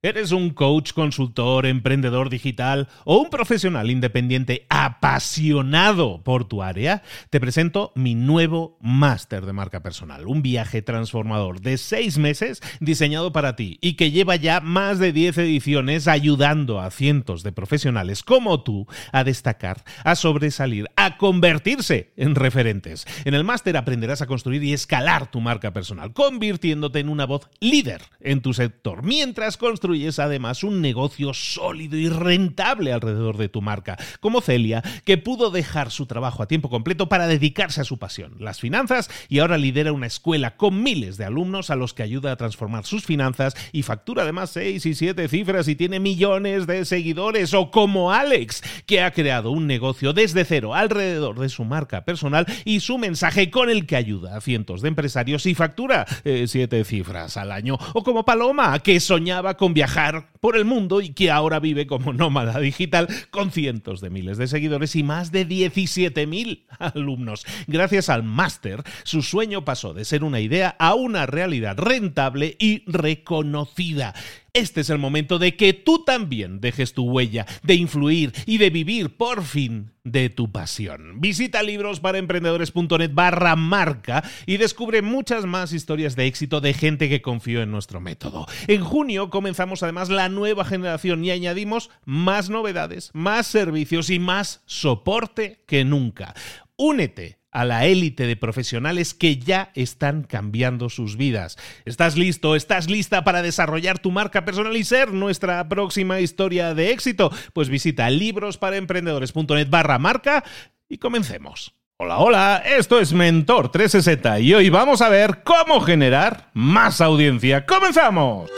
¿Eres un coach, consultor, emprendedor digital o un profesional independiente apasionado por tu área? Te presento mi nuevo máster de marca personal, un viaje transformador de 6 meses diseñado para ti y que lleva ya más de 10 ediciones ayudando a cientos de profesionales como tú a destacar, a sobresalir, a convertirse en referentes. En el máster aprenderás a construir y escalar tu marca personal, convirtiéndote en una voz líder en tu sector, mientras construyes además un negocio sólido y rentable alrededor de tu marca, como Celia, que pudo dejar su trabajo a tiempo completo para dedicarse a su pasión, las finanzas, y ahora lidera una escuela con miles de alumnos a los que ayuda a transformar sus finanzas y factura además 6 y 7 cifras y tiene millones de seguidores. O como Alex, que ha creado un negocio desde cero alrededor de su marca personal y su mensaje, con el que ayuda a cientos de empresarios y factura 7 cifras al año. O como Paloma, que soñaba con viajar por el mundo y que ahora vive como nómada digital con cientos de miles de seguidores y más de 17.000 alumnos. Gracias al máster, su sueño pasó de ser una idea a una realidad rentable y reconocida. Este es el momento de que tú también dejes tu huella, de influir y de vivir por fin de tu pasión. Visita librosparaemprendedores.net/marca y descubre muchas más historias de éxito de gente que confió en nuestro método. En junio comenzamos además la nueva generación y añadimos más novedades, más servicios y más soporte que nunca. Únete a la élite de profesionales que ya están cambiando sus vidas. ¿Estás listo? ¿Estás lista para desarrollar tu marca personal y ser nuestra próxima historia de éxito? Pues visita librosparaemprendedores.net/marca y comencemos. Hola, esto es Mentor 360 y hoy vamos a ver cómo generar más audiencia. ¡Comenzamos!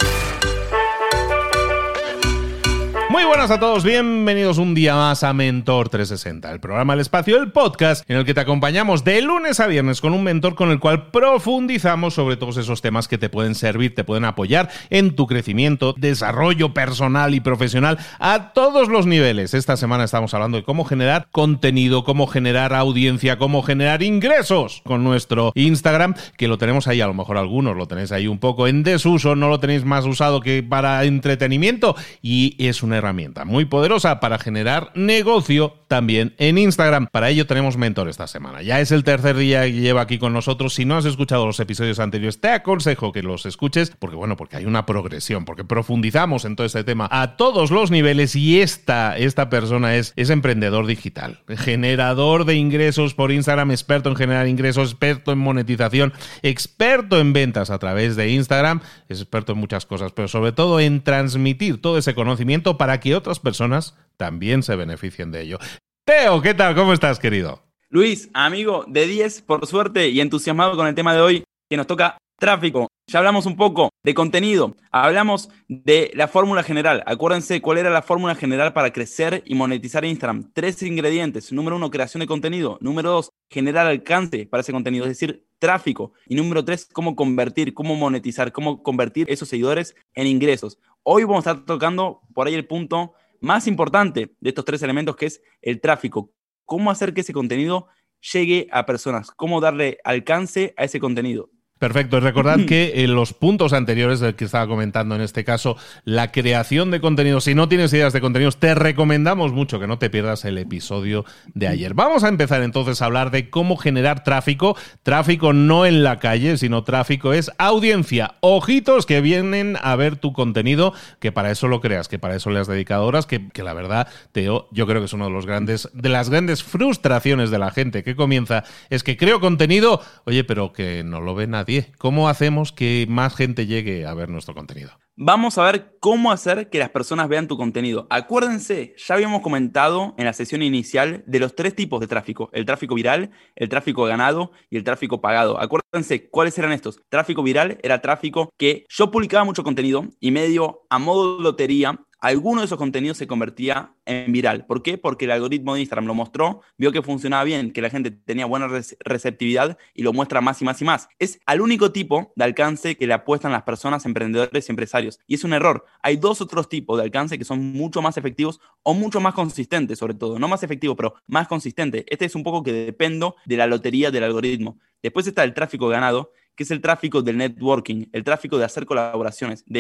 Muy buenas a todos, bienvenidos un día más a Mentor 360, el programa El Espacio, el podcast en el que te acompañamos de lunes a viernes con un mentor con el cual profundizamos sobre todos esos temas que te pueden servir, te pueden apoyar en tu crecimiento, desarrollo personal y profesional a todos los niveles. Esta semana estamos hablando de cómo generar contenido, cómo generar audiencia, cómo generar ingresos con nuestro Instagram, que lo tenemos ahí, a lo mejor algunos lo tenéis ahí un poco en desuso, no lo tenéis más usado que para entretenimiento, y es una herramienta muy poderosa para generar negocio también en Instagram. Para ello tenemos mentor esta semana. Ya es el tercer día que lleva aquí con nosotros. Si no has escuchado los episodios anteriores, te aconsejo que los escuches porque hay una progresión, porque profundizamos en todo este tema a todos los niveles y esta persona es emprendedor digital, generador de ingresos por Instagram, experto en generar ingresos, experto en monetización, experto en ventas a través de Instagram, es experto en muchas cosas, pero sobre todo en transmitir todo ese conocimiento para que otras personas también se beneficien de ello. Teo, ¿qué tal? ¿Cómo estás, querido? Luis, amigo, de 10, por suerte, y entusiasmado con el tema de hoy, que nos toca tráfico. Ya hablamos un poco de contenido, hablamos de la fórmula general. Acuérdense cuál era la fórmula general para crecer y monetizar Instagram. 3 ingredientes. Número 1, creación de contenido. Número 2, generar alcance para ese contenido, es decir, tráfico. Y número 3, cómo convertir, cómo monetizar, cómo convertir esos seguidores en ingresos. Hoy vamos a estar tocando por ahí el punto más importante de estos 3 elementos, que es el tráfico. Cómo hacer que ese contenido llegue a personas, cómo darle alcance a ese contenido. Perfecto. Recordad que en los puntos anteriores del que estaba comentando, en este caso, la creación de contenidos, si no tienes ideas de contenidos, te recomendamos mucho que no te pierdas el episodio de ayer. Vamos a empezar entonces a hablar de cómo generar tráfico. Tráfico no en la calle, sino tráfico es audiencia. Ojitos que vienen a ver tu contenido, que para eso lo creas, que para eso le has dedicado horas, que la verdad, Teo, yo creo que es uno de las grandes frustraciones de la gente que comienza, es que creo contenido, oye, pero que no lo ve nadie. ¿Cómo hacemos que más gente llegue a ver nuestro contenido? Vamos a ver cómo hacer que las personas vean tu contenido. Acuérdense, ya habíamos comentado en la sesión inicial de los 3 tipos de tráfico: el tráfico viral, el tráfico ganado y el tráfico pagado. Acuérdense cuáles eran estos. Tráfico viral era tráfico que yo publicaba mucho contenido y medio a modo lotería, alguno de esos contenidos se convertía en viral. ¿Por qué? Porque el algoritmo de Instagram lo mostró, vio que funcionaba bien, que la gente tenía buena receptividad y lo muestra más y más y más. Es al único tipo de alcance que le apuestan las personas, emprendedores y empresarios. Y es un error. Hay 2 otros tipos de alcance que son mucho más efectivos o mucho más consistentes, sobre todo. No más efectivo, pero más consistente. Este es un poco que dependo de la lotería del algoritmo. Después está el tráfico ganado, que es el tráfico del networking, el tráfico de hacer colaboraciones, de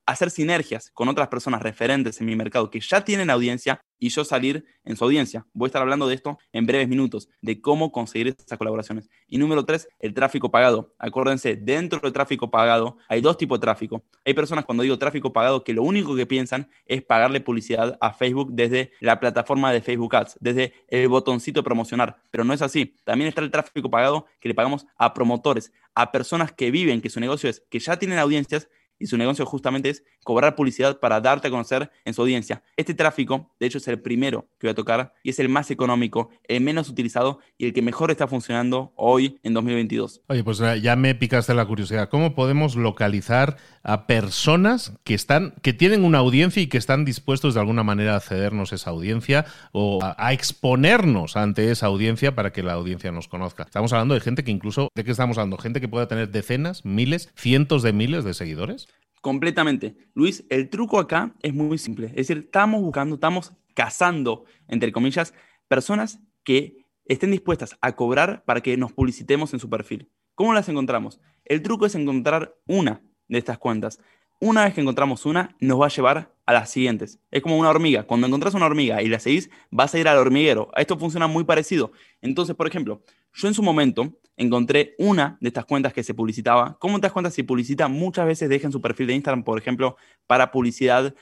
hacer sinergias con otras personas referentes en mi mercado que ya tienen audiencia y yo salir en su audiencia. Voy a estar hablando de esto en breves minutos, de cómo conseguir esas colaboraciones. Y número 3, el tráfico pagado. Acuérdense, dentro del tráfico pagado hay 2 tipos de tráfico. Hay personas, cuando digo tráfico pagado, que lo único que piensan es pagarle publicidad a Facebook desde la plataforma de Facebook Ads, desde el botoncito de promocionar. Pero no es así. También está el tráfico pagado que le pagamos a promotores, a personas que viven, que su negocio es, que ya tienen audiencias, y su negocio justamente es cobrar publicidad para darte a conocer en su audiencia. Este tráfico, de hecho, es el primero que voy a tocar y es el más económico, el menos utilizado y el que mejor está funcionando hoy en 2022. Oye, pues ya me picaste la curiosidad. ¿Cómo podemos localizar a personas que tienen una audiencia y que están dispuestos de alguna manera a cedernos esa audiencia o a exponernos ante esa audiencia para que la audiencia nos conozca? Estamos hablando de gente que incluso, ¿de qué estamos hablando? Gente que pueda tener decenas, miles, cientos de miles de seguidores. Completamente. Luis, el truco acá es muy simple. Es decir, estamos cazando, entre comillas, personas que estén dispuestas a cobrar para que nos publicitemos en su perfil. ¿Cómo las encontramos? El truco es encontrar una de estas cuentas. Una vez que encontramos una, nos va a llevar a las siguientes. Es como una hormiga. Cuando encontrás una hormiga y la seguís, vas a ir al hormiguero. Esto funciona muy parecido. Entonces, por ejemplo, yo en su momento encontré una de estas cuentas que se publicitaba. ¿Cómo te das cuenta si publicita? Muchas veces dejan su perfil de Instagram, por ejemplo, para publicidad,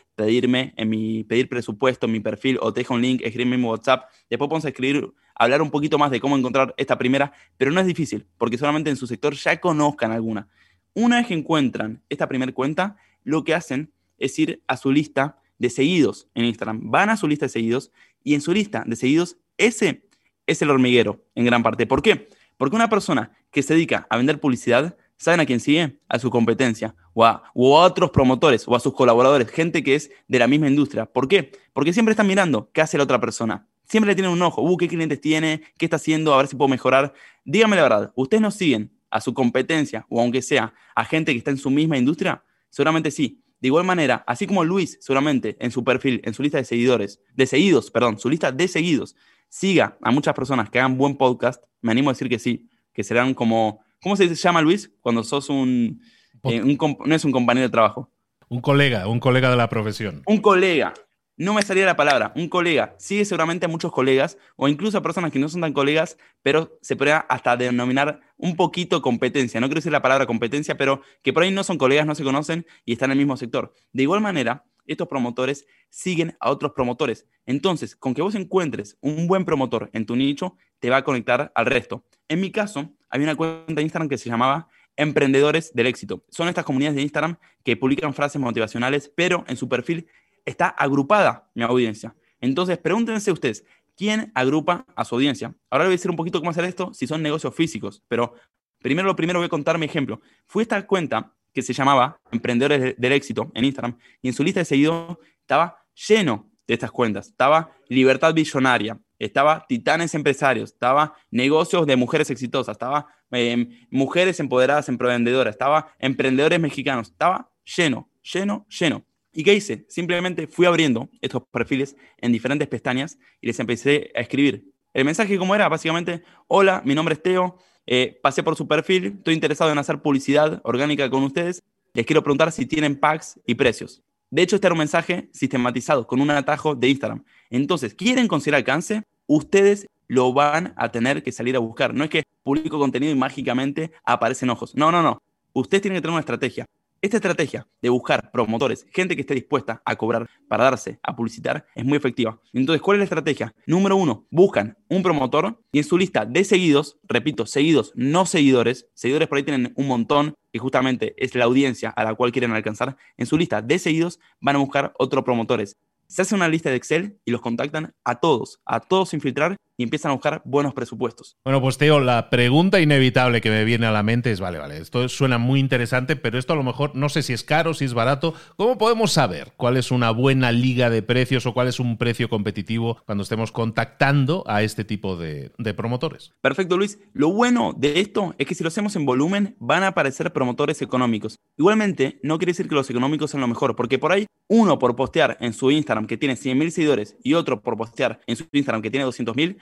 pedir presupuesto en mi perfil, o te deja un link, escribirme en mi WhatsApp. Después vamos a hablar un poquito más de cómo encontrar esta primera, pero no es difícil, porque solamente en su sector ya conozcan alguna. Una vez que encuentran esta primera cuenta, lo que hacen es ir a su lista de seguidos en Instagram. Van a su lista de seguidos y en su lista de seguidos, ese es el hormiguero en gran parte. ¿Por qué? Porque una persona que se dedica a vender publicidad, ¿saben a quién sigue? A su competencia o a otros promotores o a sus colaboradores, gente que es de la misma industria. ¿Por qué? Porque siempre están mirando qué hace la otra persona. Siempre le tienen un ojo. ¿Qué clientes tiene? ¿Qué está haciendo? A ver si puedo mejorar. Díganme la verdad, ¿ustedes no siguen a su competencia o aunque sea a gente que está en su misma industria? Seguramente sí. De igual manera, así como Luis seguramente en su perfil, en su lista su lista de seguidos, siga a muchas personas que hagan buen podcast, me animo a decir que sí, que serán como, ¿cómo se llama, Luis? Cuando sos no es un compañero de trabajo. Un colega de la profesión. Un colega. No me salía la palabra, un colega. Sigue seguramente a muchos colegas o incluso a personas que no son tan colegas, pero se podría hasta denominar un poquito competencia. No quiero decir la palabra competencia, pero que por ahí no son colegas, no se conocen y están en el mismo sector. De igual manera, estos promotores siguen a otros promotores. Entonces, con que vos encuentres un buen promotor en tu nicho, te va a conectar al resto. En mi caso, había una cuenta de Instagram que se llamaba Emprendedores del Éxito. Son estas comunidades de Instagram que publican frases motivacionales, pero en su perfil está agrupada mi audiencia. Entonces, pregúntense ustedes, ¿quién agrupa a su audiencia? Ahora les voy a decir un poquito cómo hacer esto si son negocios físicos, pero primero voy a contar mi ejemplo. Fui a esta cuenta que se llamaba Emprendedores del Éxito en Instagram y en su lista de seguidores estaba lleno de estas cuentas. Estaba Libertad Billonaria, estaba Titanes Empresarios, estaba Negocios de Mujeres Exitosas, estaba Mujeres Empoderadas Emprendedoras, estaba Emprendedores Mexicanos, estaba lleno. ¿Y qué hice? Simplemente fui abriendo estos perfiles en diferentes pestañas y les empecé a escribir. El mensaje, ¿cómo era? Básicamente, hola, mi nombre es Teo, pasé por su perfil, estoy interesado en hacer publicidad orgánica con ustedes, les quiero preguntar si tienen packs y precios. De hecho, este era un mensaje sistematizado con un atajo de Instagram. Entonces, ¿quieren conseguir alcance? Ustedes lo van a tener que salir a buscar. No es que publico contenido y mágicamente aparecen ojos. No. Ustedes tienen que tener una estrategia. Esta estrategia de buscar promotores, gente que esté dispuesta a cobrar para darse a publicitar, es muy efectiva. Entonces, ¿cuál es la estrategia? Número 1, buscan un promotor y en su lista de seguidos, repito, seguidos, no seguidores por ahí tienen un montón, que justamente es la audiencia a la cual quieren alcanzar, en su lista de seguidos van a buscar otros promotores. Se hace una lista de Excel y los contactan a todos sin filtrar y empiezan a buscar buenos presupuestos. Bueno, pues Teo, la pregunta inevitable que me viene a la mente es, vale, esto suena muy interesante, pero esto a lo mejor no sé si es caro, si es barato. ¿Cómo podemos saber cuál es una buena liga de precios o cuál es un precio competitivo cuando estemos contactando a este tipo de promotores? Perfecto, Luis. Lo bueno de esto es que si lo hacemos en volumen van a aparecer promotores económicos. Igualmente, no quiere decir que los económicos sean lo mejor, porque por ahí uno por postear en su Instagram que tiene 100.000 seguidores y otro por postear en su Instagram que tiene 200.000,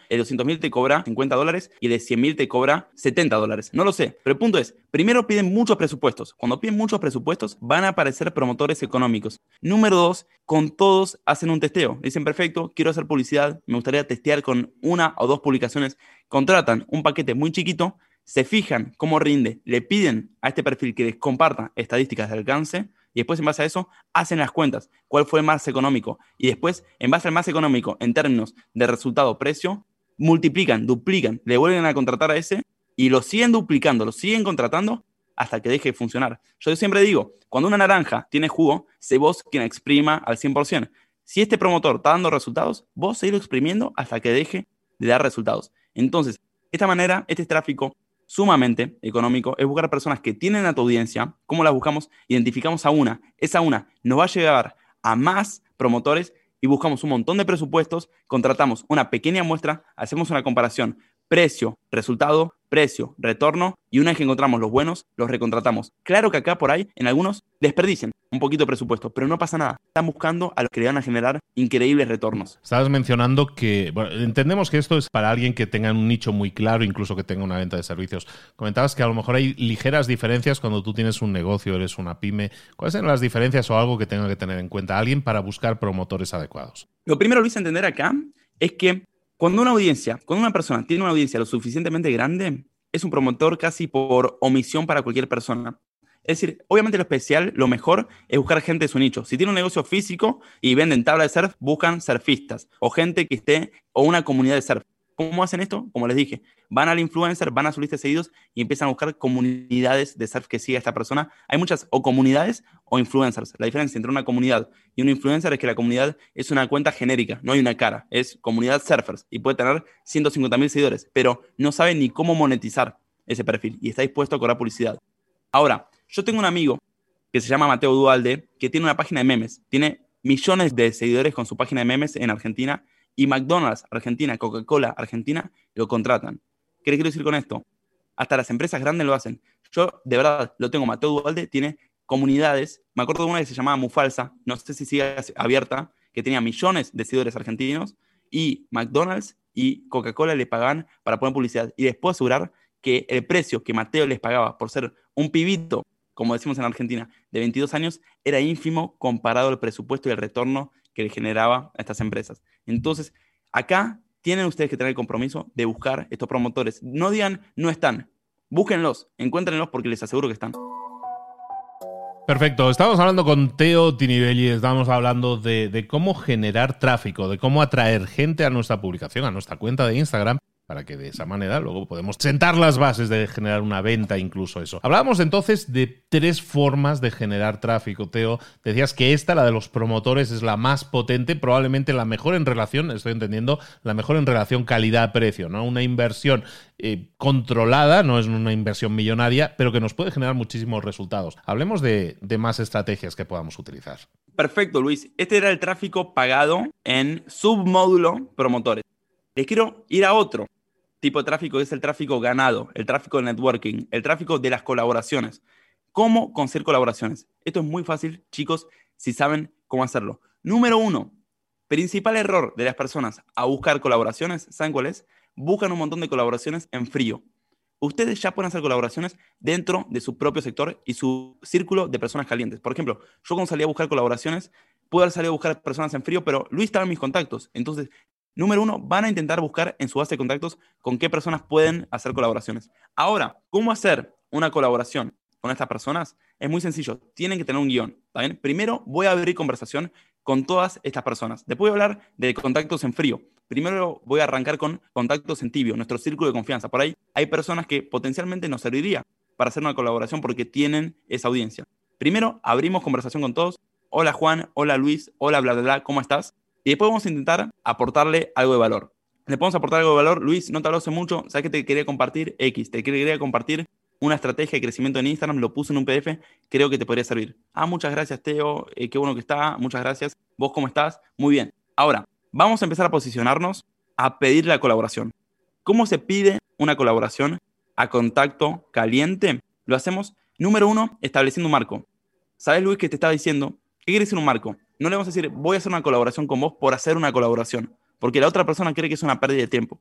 el de 200.000 te cobra $50 y el de 100.000 te cobra $70. No lo sé, pero el punto es, primero piden muchos presupuestos. Cuando piden muchos presupuestos, van a aparecer promotores económicos. Número 2, con todos hacen un testeo. Dicen, perfecto, quiero hacer publicidad, me gustaría testear con 1 o 2 publicaciones. Contratan un paquete muy chiquito, se fijan cómo rinde, le piden a este perfil que les comparta estadísticas de alcance y después en base a eso hacen las cuentas, cuál fue el más económico y después en base al más económico en términos de resultado-precio, multiplican, duplican, le vuelven a contratar a ese y lo siguen duplicando, lo siguen contratando hasta que deje de funcionar. Yo siempre digo, cuando una naranja tiene jugo, sé vos quien exprima al 100%. Si este promotor está dando resultados, vos seguís exprimiendo hasta que deje de dar resultados. Entonces, de esta manera, este tráfico sumamente económico es buscar personas que tienen a tu audiencia. ¿Cómo las buscamos? Identificamos a una. Esa una nos va a llevar a más promotores y buscamos un montón de presupuestos, contratamos una pequeña muestra, hacemos una comparación precio, resultado, precio, retorno y una vez que encontramos los buenos, los recontratamos. Claro que acá por ahí, en algunos, desperdician un poquito de presupuesto, pero no pasa nada. Están buscando a los que le van a generar increíbles retornos. Estabas mencionando que, bueno, entendemos que esto es para alguien que tenga un nicho muy claro, incluso que tenga una venta de servicios. Comentabas que a lo mejor hay ligeras diferencias cuando tú tienes un negocio, eres una pyme. ¿Cuáles son las diferencias o algo que tenga que tener en cuenta alguien para buscar promotores adecuados? Lo primero, Luis, a entender acá es que cuando una persona tiene una audiencia lo suficientemente grande, es un promotor casi por omisión para cualquier persona. Es decir, obviamente lo especial, lo mejor es buscar gente de su nicho. Si tiene un negocio físico y venden tabla de surf, buscan surfistas o gente que esté o una comunidad de surf. ¿Cómo hacen esto? Como les dije, van al influencer, van a su lista de seguidos y empiezan a buscar comunidades de surf que siga a esta persona. Hay muchas o comunidades o influencers. La diferencia entre una comunidad y un influencer es que la comunidad es una cuenta genérica, no hay una cara. Es comunidad surfers y puede tener 150.000 seguidores, pero no sabe ni cómo monetizar ese perfil y está dispuesto a cobrar publicidad. Ahora, yo tengo un amigo que se llama Mateo Dualde, que tiene una página de memes. Tiene millones de seguidores con su página de memes en Argentina y McDonald's Argentina, Coca-Cola Argentina lo contratan. ¿Qué le quiero decir con esto? Hasta las empresas grandes lo hacen. Yo, de verdad, lo tengo. Mateo Dualde tiene comunidades. Me acuerdo de una que se llamaba Mufalsa, no sé si sigue abierta, que tenía millones de seguidores argentinos y McDonald's y Coca-Cola le pagaban para poner publicidad. Y les puedo asegurar que el precio que Mateo les pagaba por ser un pibito, como decimos en Argentina, de 22 años, era ínfimo comparado al presupuesto y el retorno que le generaba a estas empresas. Entonces, acá tienen ustedes que tener el compromiso de buscar estos promotores. No digan, no están. Búsquenlos, encuéntrenlos porque les aseguro que están. Perfecto, estamos hablando con Teo Tinivelli, estamos hablando de cómo generar tráfico, de cómo atraer gente a nuestra publicación, a nuestra cuenta de Instagram, para que de esa manera luego podemos sentar las bases de generar una venta, incluso eso. Hablábamos entonces de 3 formas de generar tráfico, Teo. Decías que esta, la de los promotores, es la más potente, probablemente la mejor en relación, estoy entendiendo, la mejor en relación calidad-precio, ¿no? Una inversión controlada, no es una inversión millonaria, pero que nos puede generar muchísimos resultados. Hablemos de más estrategias que podamos utilizar. Perfecto, Luis. Este era el tráfico pagado en submódulo promotores. Les quiero ir a otro tipo de tráfico, que es el tráfico ganado, el tráfico de networking, el tráfico de las colaboraciones. ¿Cómo conseguir colaboraciones? Esto es muy fácil, chicos, si saben cómo hacerlo. Número 1, principal error de las personas a buscar colaboraciones, ¿saben cuál es? Buscan un montón de colaboraciones en frío. Ustedes ya pueden hacer colaboraciones dentro de su propio sector y su círculo de personas calientes. Por ejemplo, yo cuando salí a buscar colaboraciones, pude haber salido a buscar personas en frío, pero Luis estaba en mis contactos. Entonces, número 1, van a intentar buscar en su base de contactos con qué personas pueden hacer colaboraciones. Ahora, ¿cómo hacer una colaboración con estas personas? Es muy sencillo. Tienen que tener un guión. ¿Está bien? Primero voy a abrir conversación con todas estas personas. Después voy a hablar de contactos en frío. Primero voy a arrancar con contactos en tibio, nuestro círculo de confianza. Por ahí hay personas que potencialmente nos serviría para hacer una colaboración porque tienen esa audiencia. Primero abrimos conversación con todos. Hola Juan, hola Luis, hola bla bla bla, ¿cómo estás? Y después vamos a intentar aportarle algo de valor. Le podemos aportar algo de valor. Luis, no te hablo hace mucho. ¿Sabes qué te quería compartir? Te quería compartir una estrategia de crecimiento en Instagram. Lo puse en un PDF. Creo que te podría servir. Muchas gracias, Teo. Qué bueno que está. Muchas gracias. ¿Vos cómo estás? Muy bien. Ahora, vamos a empezar a posicionarnos a pedir la colaboración. ¿Cómo se pide una colaboración a contacto caliente? Lo hacemos, número 1, estableciendo un marco. ¿Sabes, Luis, que te estaba diciendo? ¿Qué quiere decir un marco? No le vamos a decir, voy a hacer una colaboración con vos por hacer una colaboración, porque la otra persona cree que es una pérdida de tiempo.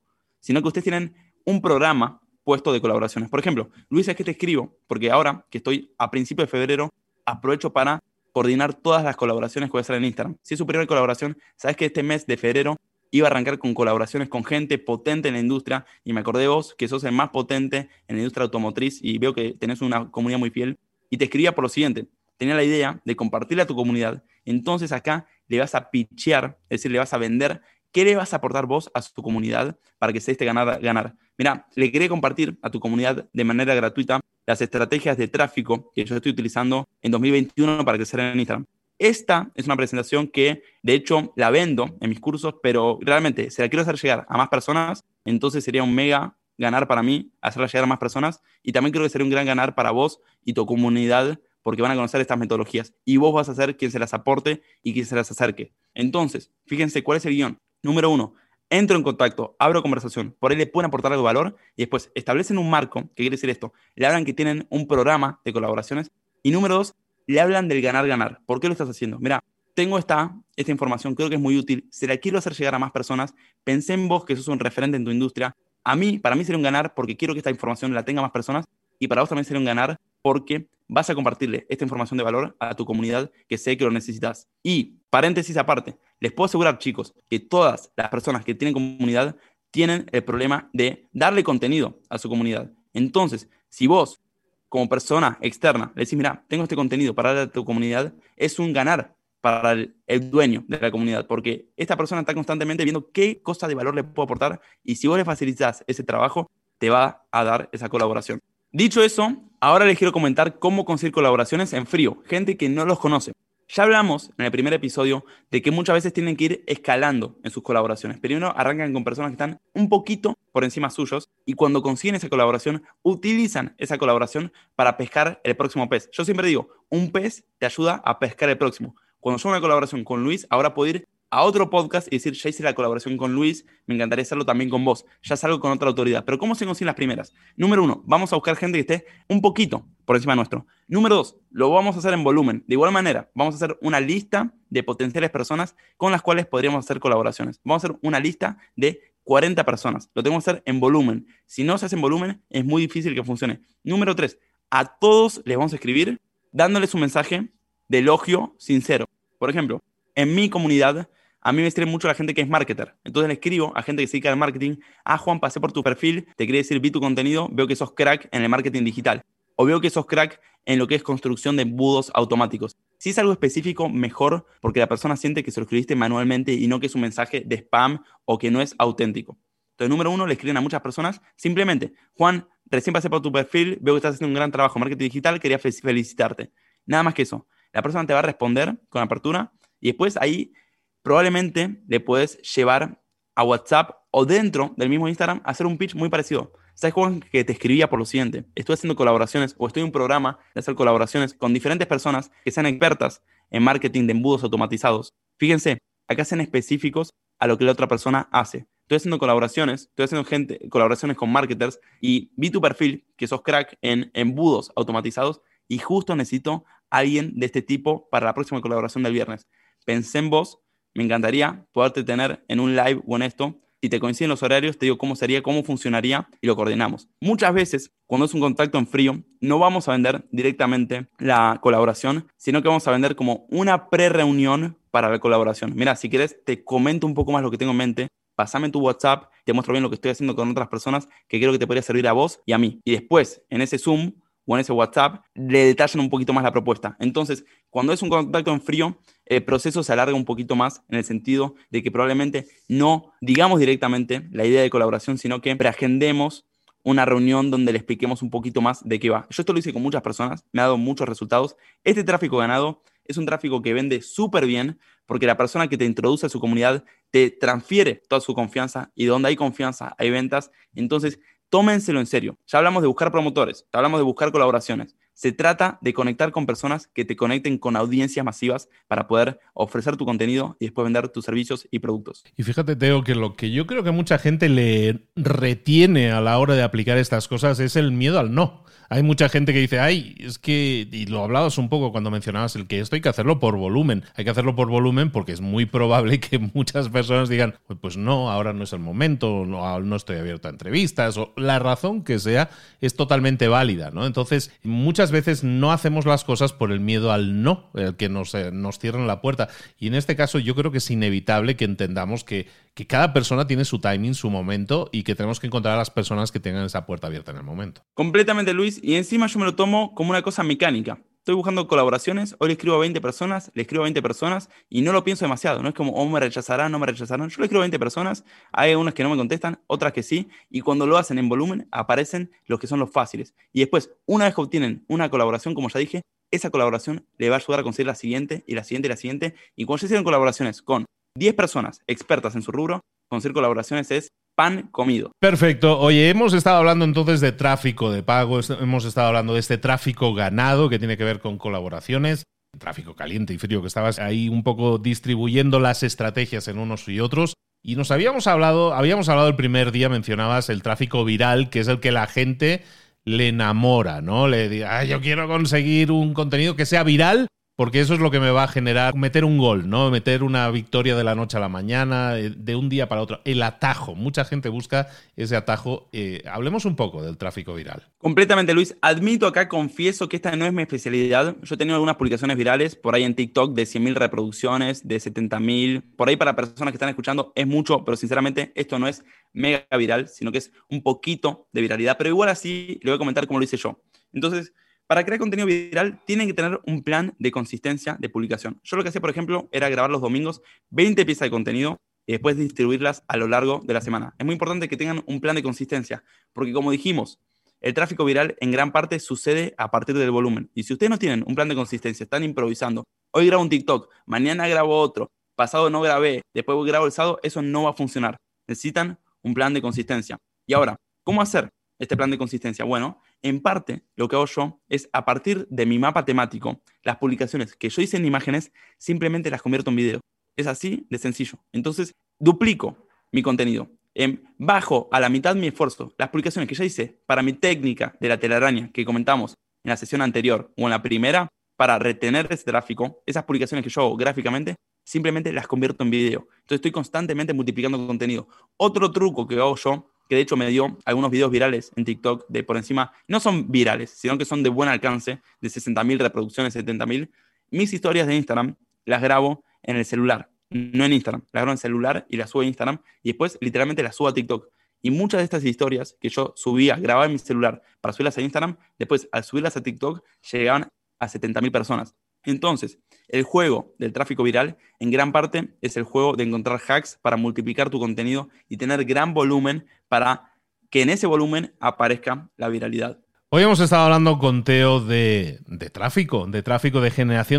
sino que ustedes tienen un programa puesto de colaboraciones. Por ejemplo, Luis, es que te escribo, porque ahora que estoy a principios de febrero, aprovecho para coordinar todas las colaboraciones que voy a hacer en Instagram. Si es su primera colaboración, sabes que este mes de febrero iba a arrancar con colaboraciones con gente potente en la industria, y me acordé de vos, que sos el más potente en la industria automotriz, y veo que tenés una comunidad muy fiel, y te escribía por lo siguiente. Tenía la idea de compartirle a tu comunidad, entonces acá le vas a pitchear, es decir, le vas a vender qué le vas a aportar vos a su comunidad para que se esté ganar. Mira, le quería compartir a tu comunidad de manera gratuita las estrategias de tráfico que yo estoy utilizando en 2021 para crecer en Instagram. Esta es una presentación que, de hecho, la vendo en mis cursos, pero realmente, si la quiero hacer llegar a más personas, entonces sería un mega ganar para mí hacerla llegar a más personas, y también creo que sería un gran ganar para vos y tu comunidad, porque van a conocer estas metodologías y vos vas a ser quien se las aporte y quien se las acerque. Entonces, fíjense cuál es el guión. Número 1, entro en contacto, abro conversación, por ahí le pueden aportar algo de valor, y después establecen un marco. ¿Qué quiere decir esto? Le hablan que tienen un programa de colaboraciones, y número 2, le hablan del ganar-ganar. ¿Por qué lo estás haciendo? Mira, tengo esta información, creo que es muy útil, se la quiero hacer llegar a más personas, pensé en vos que sos un referente en tu industria, para mí sería un ganar porque quiero que esta información la tenga más personas, y para vos también sería un ganar porque vas a compartirle esta información de valor a tu comunidad, que sé que lo necesitas. Y, paréntesis aparte, les puedo asegurar, chicos, que todas las personas que tienen comunidad tienen el problema de darle contenido a su comunidad. Entonces, si vos, como persona externa, le decís, mira, tengo este contenido para darle a tu comunidad, es un ganar para el dueño de la comunidad, porque esta persona está constantemente viendo qué cosa de valor le puedo aportar, y si vos le facilitas ese trabajo, te va a dar esa colaboración. Dicho eso, ahora les quiero comentar cómo conseguir colaboraciones en frío, gente que no los conoce. Ya hablamos en el primer episodio de que muchas veces tienen que ir escalando en sus colaboraciones. Primero arrancan con personas que están un poquito por encima suyos, y cuando consiguen esa colaboración, utilizan esa colaboración para pescar el próximo pez. Yo siempre digo, un pez te ayuda a pescar el próximo. Cuando yo hago una colaboración con Luis, ahora puedo ir a otro podcast y decir, ya hice la colaboración con Luis, me encantaría hacerlo también con vos. Ya salgo con otra autoridad. Pero ¿cómo se consiguen las primeras? Número 1, vamos a buscar gente que esté un poquito por encima nuestro. Número 2, lo vamos a hacer en volumen. De igual manera, vamos a hacer una lista de potenciales personas con las cuales podríamos hacer colaboraciones. Vamos a hacer una lista de 40 personas. Lo tenemos que hacer en volumen. Si no se hace en volumen, es muy difícil que funcione. Número 3, a todos les vamos a escribir dándoles un mensaje de elogio sincero. Por ejemplo, en mi comunidad, a mí me escribe mucho la gente que es marketer. Entonces le escribo a gente que se dedica al marketing: Juan, pasé por tu perfil, te quería decir, vi tu contenido, veo que sos crack en el marketing digital. O veo que sos crack en lo que es construcción de embudos automáticos. Si es algo específico, mejor, porque la persona siente que se lo escribiste manualmente y no que es un mensaje de spam o que no es auténtico. Entonces, número 1, le escriben a muchas personas simplemente: Juan, recién pasé por tu perfil, veo que estás haciendo un gran trabajo en marketing digital, quería felicitarte. Nada más que eso. La persona te va a responder con apertura, y después ahí probablemente le puedes llevar a WhatsApp o dentro del mismo Instagram a hacer un pitch muy parecido. ¿Sabes, Juan, que te escribía por lo siguiente? Estoy haciendo colaboraciones, o estoy en un programa de hacer colaboraciones con diferentes personas que sean expertas en marketing de embudos automatizados. Fíjense, acá sean específicos a lo que la otra persona hace. Estoy haciendo colaboraciones con marketers, y vi tu perfil, que sos crack en embudos automatizados, y justo necesito a alguien de este tipo para la próxima colaboración del viernes. Pensé en vos, me encantaría poderte tener en un live o en esto. Si te coinciden los horarios, te digo cómo sería, cómo funcionaría, y lo coordinamos. Muchas veces, cuando es un contacto en frío, no vamos a vender directamente la colaboración, sino que vamos a vender como una pre-reunión para la colaboración. Mira, si quieres, te comento un poco más lo que tengo en mente. Pásame tu WhatsApp, te muestro bien lo que estoy haciendo con otras personas que creo que te podría servir a vos y a mí. Y después, en ese Zoom o en ese WhatsApp, le detallan un poquito más la propuesta. Entonces, cuando es un contacto en frío, el proceso se alarga un poquito más, en el sentido de que probablemente no digamos directamente la idea de colaboración, sino que preagendemos una reunión donde le expliquemos un poquito más de qué va. Yo esto lo hice con muchas personas, me ha dado muchos resultados. Este tráfico ganado es un tráfico que vende súper bien, porque la persona que te introduce a su comunidad te transfiere toda su confianza, y donde hay confianza hay ventas. Entonces, tómenselo en serio. Ya hablamos de buscar promotores, ya hablamos de buscar colaboraciones. Se trata de conectar con personas que te conecten con audiencias masivas para poder ofrecer tu contenido y después vender tus servicios y productos. Y fíjate, Teo, que lo que yo creo que mucha gente le retiene a la hora de aplicar estas cosas es el miedo al no. Hay mucha gente que dice, ay, es que, y lo hablabas un poco cuando mencionabas el que esto hay que hacerlo por volumen. Hay que hacerlo por volumen porque es muy probable que muchas personas digan, pues no, ahora no es el momento, no estoy abierto a entrevistas, o la razón que sea es totalmente válida, ¿no? Entonces, muchas veces no hacemos las cosas por el miedo al no, el que nos cierren la puerta. Y en este caso yo creo que es inevitable que entendamos que cada persona tiene su timing, su momento, y que tenemos que encontrar a las personas que tengan esa puerta abierta en el momento. Completamente, Luis, y encima yo me lo tomo como una cosa mecánica. Estoy buscando colaboraciones, hoy le escribo a 20 personas, le escribo a 20 personas y no lo pienso demasiado. No es como, oh, me rechazarán, no me rechazarán. Yo le escribo a 20 personas, hay algunas que no me contestan, otras que sí, y cuando lo hacen en volumen aparecen los que son los fáciles. Y después, una vez que obtienen una colaboración, como ya dije, esa colaboración le va a ayudar a conseguir la siguiente, y la siguiente, y la siguiente. Y cuando ya hicieron colaboraciones con 10 personas expertas en su rubro, conseguir colaboraciones es pan comido. Perfecto. Oye, hemos estado hablando entonces de tráfico de pago, hemos estado hablando de este tráfico ganado que tiene que ver con colaboraciones, tráfico caliente y frío, que estabas ahí un poco distribuyendo las estrategias en unos y otros. Y nos habíamos hablado el primer día, mencionabas el tráfico viral, que es el que la gente le enamora, ¿no? Le dice, yo quiero conseguir un contenido que sea viral, porque eso es lo que me va a generar meter un gol, ¿no? Meter una victoria de la noche a la mañana, de un día para otro. El atajo. Mucha gente busca ese atajo. Hablemos un poco del tráfico viral. Completamente, Luis. Admito acá, confieso que esta no es mi especialidad. Yo he tenido algunas publicaciones virales por ahí en TikTok de 100.000 reproducciones, de 70.000. Por ahí para personas que están escuchando es mucho, pero sinceramente esto no es mega viral, sino que es un poquito de viralidad. Pero igual así le voy a comentar cómo lo hice yo. Entonces, para crear contenido viral tienen que tener un plan de consistencia de publicación. Yo lo que hacía, por ejemplo, era grabar los domingos 20 piezas de contenido y después distribuirlas a lo largo de la semana. Es muy importante que tengan un plan de consistencia, porque como dijimos, el tráfico viral en gran parte sucede a partir del volumen. Y si ustedes no tienen un plan de consistencia, están improvisando, hoy grabo un TikTok, mañana grabo otro, pasado no grabé, después grabo el sábado, eso no va a funcionar. Necesitan un plan de consistencia. Y ahora, ¿cómo hacer este plan de consistencia? Bueno, en parte lo que hago yo es, a partir de mi mapa temático, las publicaciones que yo hice en imágenes, simplemente las convierto en video. Es así de sencillo. Entonces, duplico mi contenido. Bajo a la mitad mi esfuerzo. Las publicaciones que ya hice para mi técnica de la telaraña que comentamos en la sesión anterior o en la primera, para retener ese tráfico, esas publicaciones que yo hago gráficamente, simplemente las convierto en video. Entonces estoy constantemente multiplicando contenido. Otro truco que hago yo, que de hecho me dio algunos videos virales en TikTok de por encima, no son virales, sino que son de buen alcance, de 60.000 reproducciones, 70.000. Mis historias de Instagram las grabo en el celular, no en Instagram. Las grabo en el celular y las subo a Instagram y después literalmente las subo a TikTok. Y muchas de estas historias que yo subía, grababa en mi celular para subirlas a Instagram, después al subirlas a TikTok llegaban a 70.000 personas. Entonces, el juego del tráfico viral en gran parte es el juego de encontrar hacks para multiplicar tu contenido y tener gran volumen para que en ese volumen aparezca la viralidad. Hoy hemos estado hablando con Teo de tráfico, de generación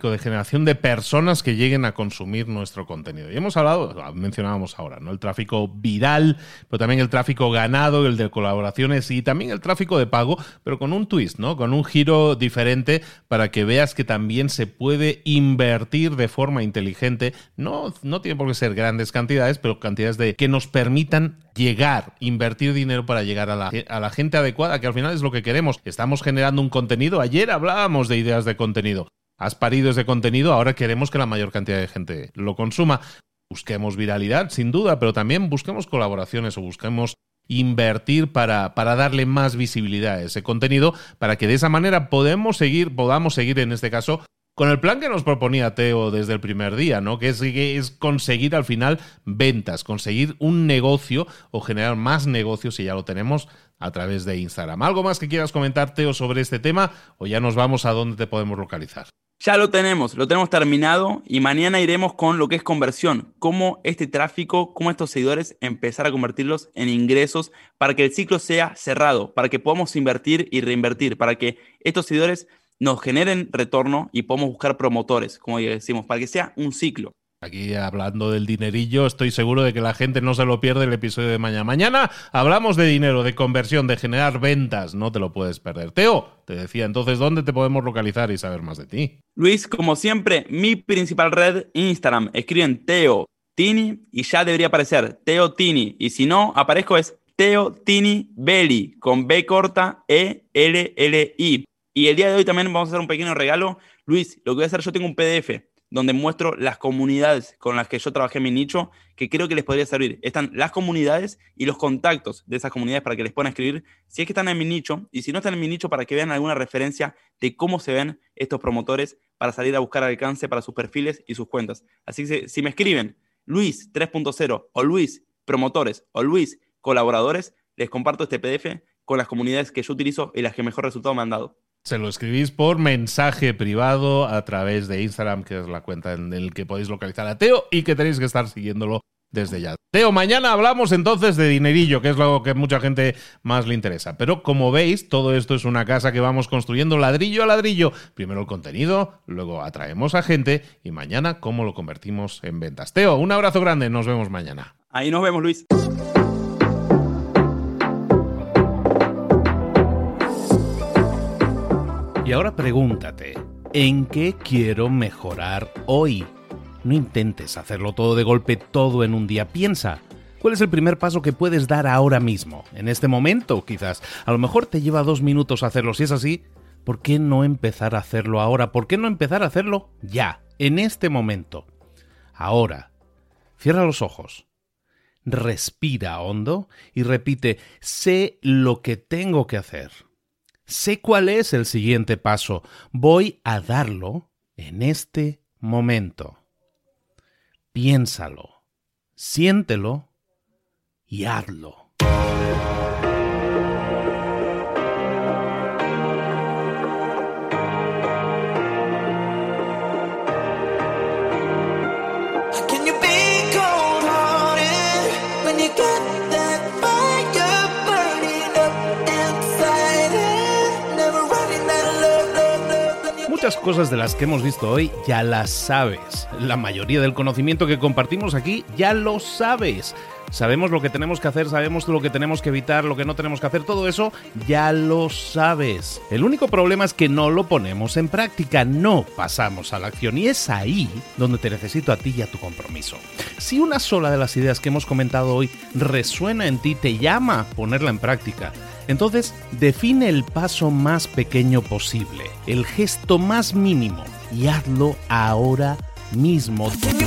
de personas que lleguen a consumir nuestro contenido. Y hemos hablado, mencionábamos ahora, ¿no? El tráfico viral, pero también el tráfico ganado, el de colaboraciones y también el tráfico de pago, pero con un twist, ¿no? Con un giro diferente para que veas que también se puede invertir de forma inteligente. No tiene por qué ser grandes cantidades, pero cantidades que nos permitan invertir dinero para llegar a la gente adecuada, que al final es lo que queremos. Estamos generando un contenido. Ayer hablábamos de ideas de contenido. Has parido ese contenido, ahora queremos que la mayor cantidad de gente lo consuma. Busquemos viralidad, sin duda, pero también busquemos colaboraciones o busquemos invertir para darle más visibilidad a ese contenido, para que de esa manera podamos seguir en este caso con el plan que nos proponía Teo desde el primer día, ¿no? Que es conseguir al final ventas, conseguir un negocio o generar más negocios, si ya lo tenemos, a través de Instagram. ¿Algo más que quieras comentar, Teo, sobre este tema o ya nos vamos a dónde te podemos localizar? Ya lo tenemos terminado y mañana iremos con lo que es conversión, cómo este tráfico, cómo estos seguidores empezar a convertirlos en ingresos para que el ciclo sea cerrado, para que podamos invertir y reinvertir, para que estos seguidores nos generen retorno y podamos buscar promotores, como decimos, para que sea un ciclo. Aquí hablando del dinerillo, estoy seguro de que la gente no se lo pierde el episodio de mañana. Mañana hablamos de dinero, de conversión, de generar ventas. No te lo puedes perder. Teo, te decía entonces, ¿dónde te podemos localizar y saber más de ti? Luis, como siempre, mi principal red, Instagram. Escriben Teo Tini y ya debería aparecer Teo Tini. Y si no, aparezco es Teo Tini Belli, con B corta, E-L-L-I. Y el día de hoy también vamos a hacer un pequeño regalo. Luis, lo que voy a hacer, yo tengo un PDF donde muestro las comunidades con las que yo trabajé en mi nicho, que creo que les podría servir. Están las comunidades y los contactos de esas comunidades para que les puedan escribir si es que están en mi nicho, y si no están en mi nicho, para que vean alguna referencia de cómo se ven estos promotores para salir a buscar alcance para sus perfiles y sus cuentas. Así que si me escriben Luis 3.0 o Luis Promotores o Luis Colaboradores, les comparto este PDF con las comunidades que yo utilizo y las que mejor resultado me han dado. Se lo escribís por mensaje privado a través de Instagram, que es la cuenta en la que podéis localizar a Teo y que tenéis que estar siguiéndolo desde ya. Teo, mañana hablamos entonces de dinerillo, que es lo que a mucha gente más le interesa. Pero como veis, todo esto es una casa que vamos construyendo ladrillo a ladrillo. Primero el contenido, luego atraemos a gente y mañana cómo lo convertimos en ventas. Teo, un abrazo grande, nos vemos mañana. Ahí nos vemos, Luis. Y ahora pregúntate, ¿en qué quiero mejorar hoy? No intentes hacerlo todo de golpe, todo en un día. Piensa, ¿cuál es el primer paso que puedes dar ahora mismo? En este momento, quizás. A lo mejor te lleva 2 minutos hacerlo. Si es así, ¿por qué no empezar a hacerlo ahora? ¿Por qué no empezar a hacerlo ya, en este momento? Ahora, cierra los ojos, respira hondo y repite, sé lo que tengo que hacer. Sé cuál es el siguiente paso. Voy a darlo en este momento. Piénsalo, siéntelo y hazlo. Muchas cosas de las que hemos visto hoy ya las sabes. La mayoría del conocimiento que compartimos aquí ya lo sabes. Sabemos lo que tenemos que hacer, sabemos lo que tenemos que evitar, lo que no tenemos que hacer, todo eso ya lo sabes. El único problema es que no lo ponemos en práctica, no pasamos a la acción, y es ahí donde te necesito a ti y a tu compromiso. Si una sola de las ideas que hemos comentado hoy resuena en ti, te llama a ponerla en práctica, entonces define el paso más pequeño posible, el gesto más mínimo, y hazlo ahora mismo.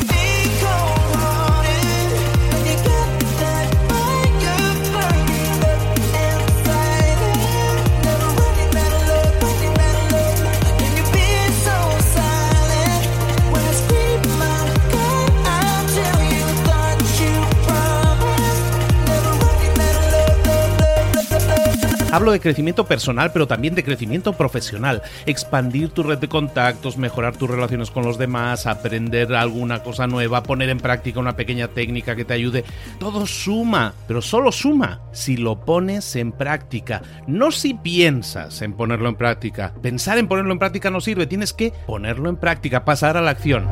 Hablo de crecimiento personal, pero también de crecimiento profesional. Expandir tu red de contactos, mejorar tus relaciones con los demás, aprender alguna cosa nueva, poner en práctica una pequeña técnica que te ayude. Todo suma, pero solo suma si lo pones en práctica. No si piensas en ponerlo en práctica. Pensar en ponerlo en práctica no sirve. Tienes que ponerlo en práctica, pasar a la acción.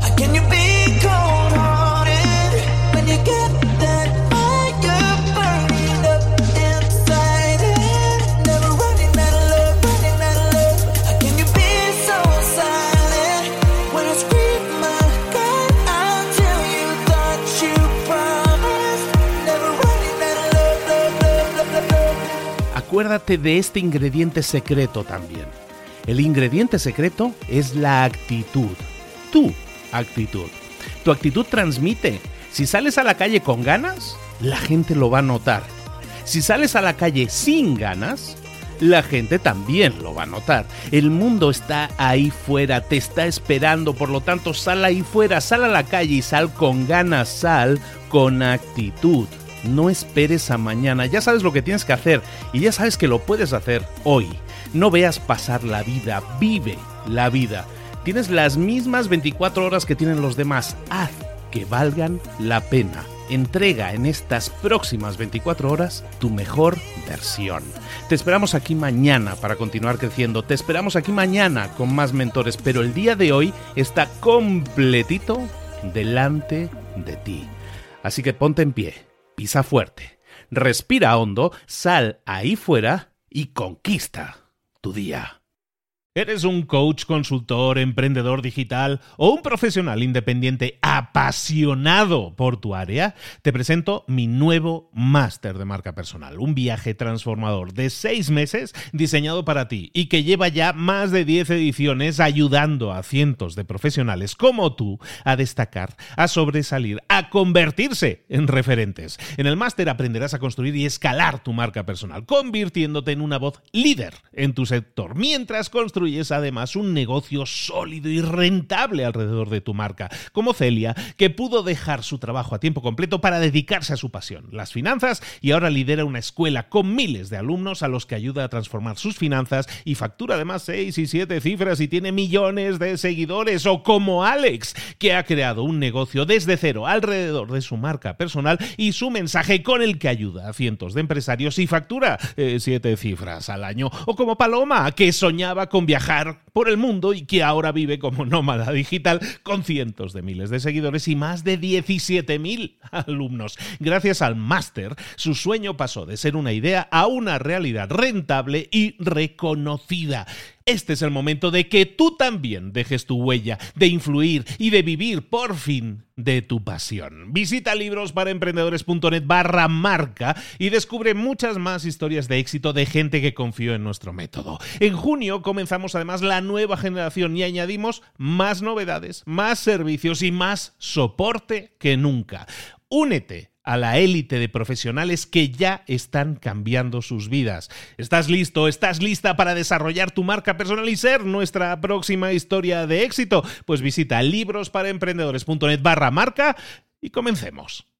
Acuérdate de este ingrediente secreto también. El ingrediente secreto es la actitud. Tu actitud. Tu actitud transmite. Si sales a la calle con ganas, la gente lo va a notar. Si sales a la calle sin ganas, la gente también lo va a notar. El mundo está ahí fuera, te está esperando, por lo tanto sal ahí fuera, sal a la calle y sal con ganas, sal con actitud. No esperes a mañana, ya sabes lo que tienes que hacer y ya sabes que lo puedes hacer hoy. No veas pasar la vida, vive la vida. Tienes las mismas 24 horas que tienen los demás, haz que valgan la pena. Entrega en estas próximas 24 horas tu mejor versión. Te esperamos aquí mañana para continuar creciendo, te esperamos aquí mañana con más mentores, pero el día de hoy está completito delante de ti. Así que ponte en pie, pisa fuerte, respira hondo, sal ahí fuera y conquista tu día. ¿Eres un coach, consultor, emprendedor digital o un profesional independiente apasionado por tu área? Te presento mi nuevo máster de marca personal, un viaje transformador de 6 meses diseñado para ti y que lleva ya más de 10 ediciones ayudando a cientos de profesionales como tú a destacar, a sobresalir, a convertirse en referentes. En el máster aprenderás a construir y escalar tu marca personal, convirtiéndote en una voz líder en tu sector, mientras construyes además un negocio sólido y rentable alrededor de tu marca, como Celia, que pudo dejar su trabajo a tiempo completo para dedicarse a su pasión, las finanzas, y ahora lidera una escuela con miles de alumnos a los que ayuda a transformar sus finanzas y factura además 6 y 7 cifras y tiene millones de seguidores. O como Alex, que ha creado un negocio desde cero alrededor de su marca personal y su mensaje, con el que ayuda a cientos de empresarios y factura 7 cifras al año. O como Paloma, que soñaba con viajar por el mundo y que ahora vive como nómada digital con cientos de miles de seguidores y más de 17.000 alumnos. Gracias al máster, su sueño pasó de ser una idea a una realidad rentable y reconocida. Este es el momento de que tú también dejes tu huella, de influir y de vivir por fin de tu pasión. Visita librosparaemprendedores.net/marca y descubre muchas más historias de éxito de gente que confió en nuestro método. En junio comenzamos además la nueva generación y añadimos más novedades, más servicios y más soporte que nunca. Únete a la élite de profesionales que ya están cambiando sus vidas. ¿Estás listo? ¿Estás lista para desarrollar tu marca personal y ser nuestra próxima historia de éxito? Pues visita librosparaemprendedores.net/marca y comencemos.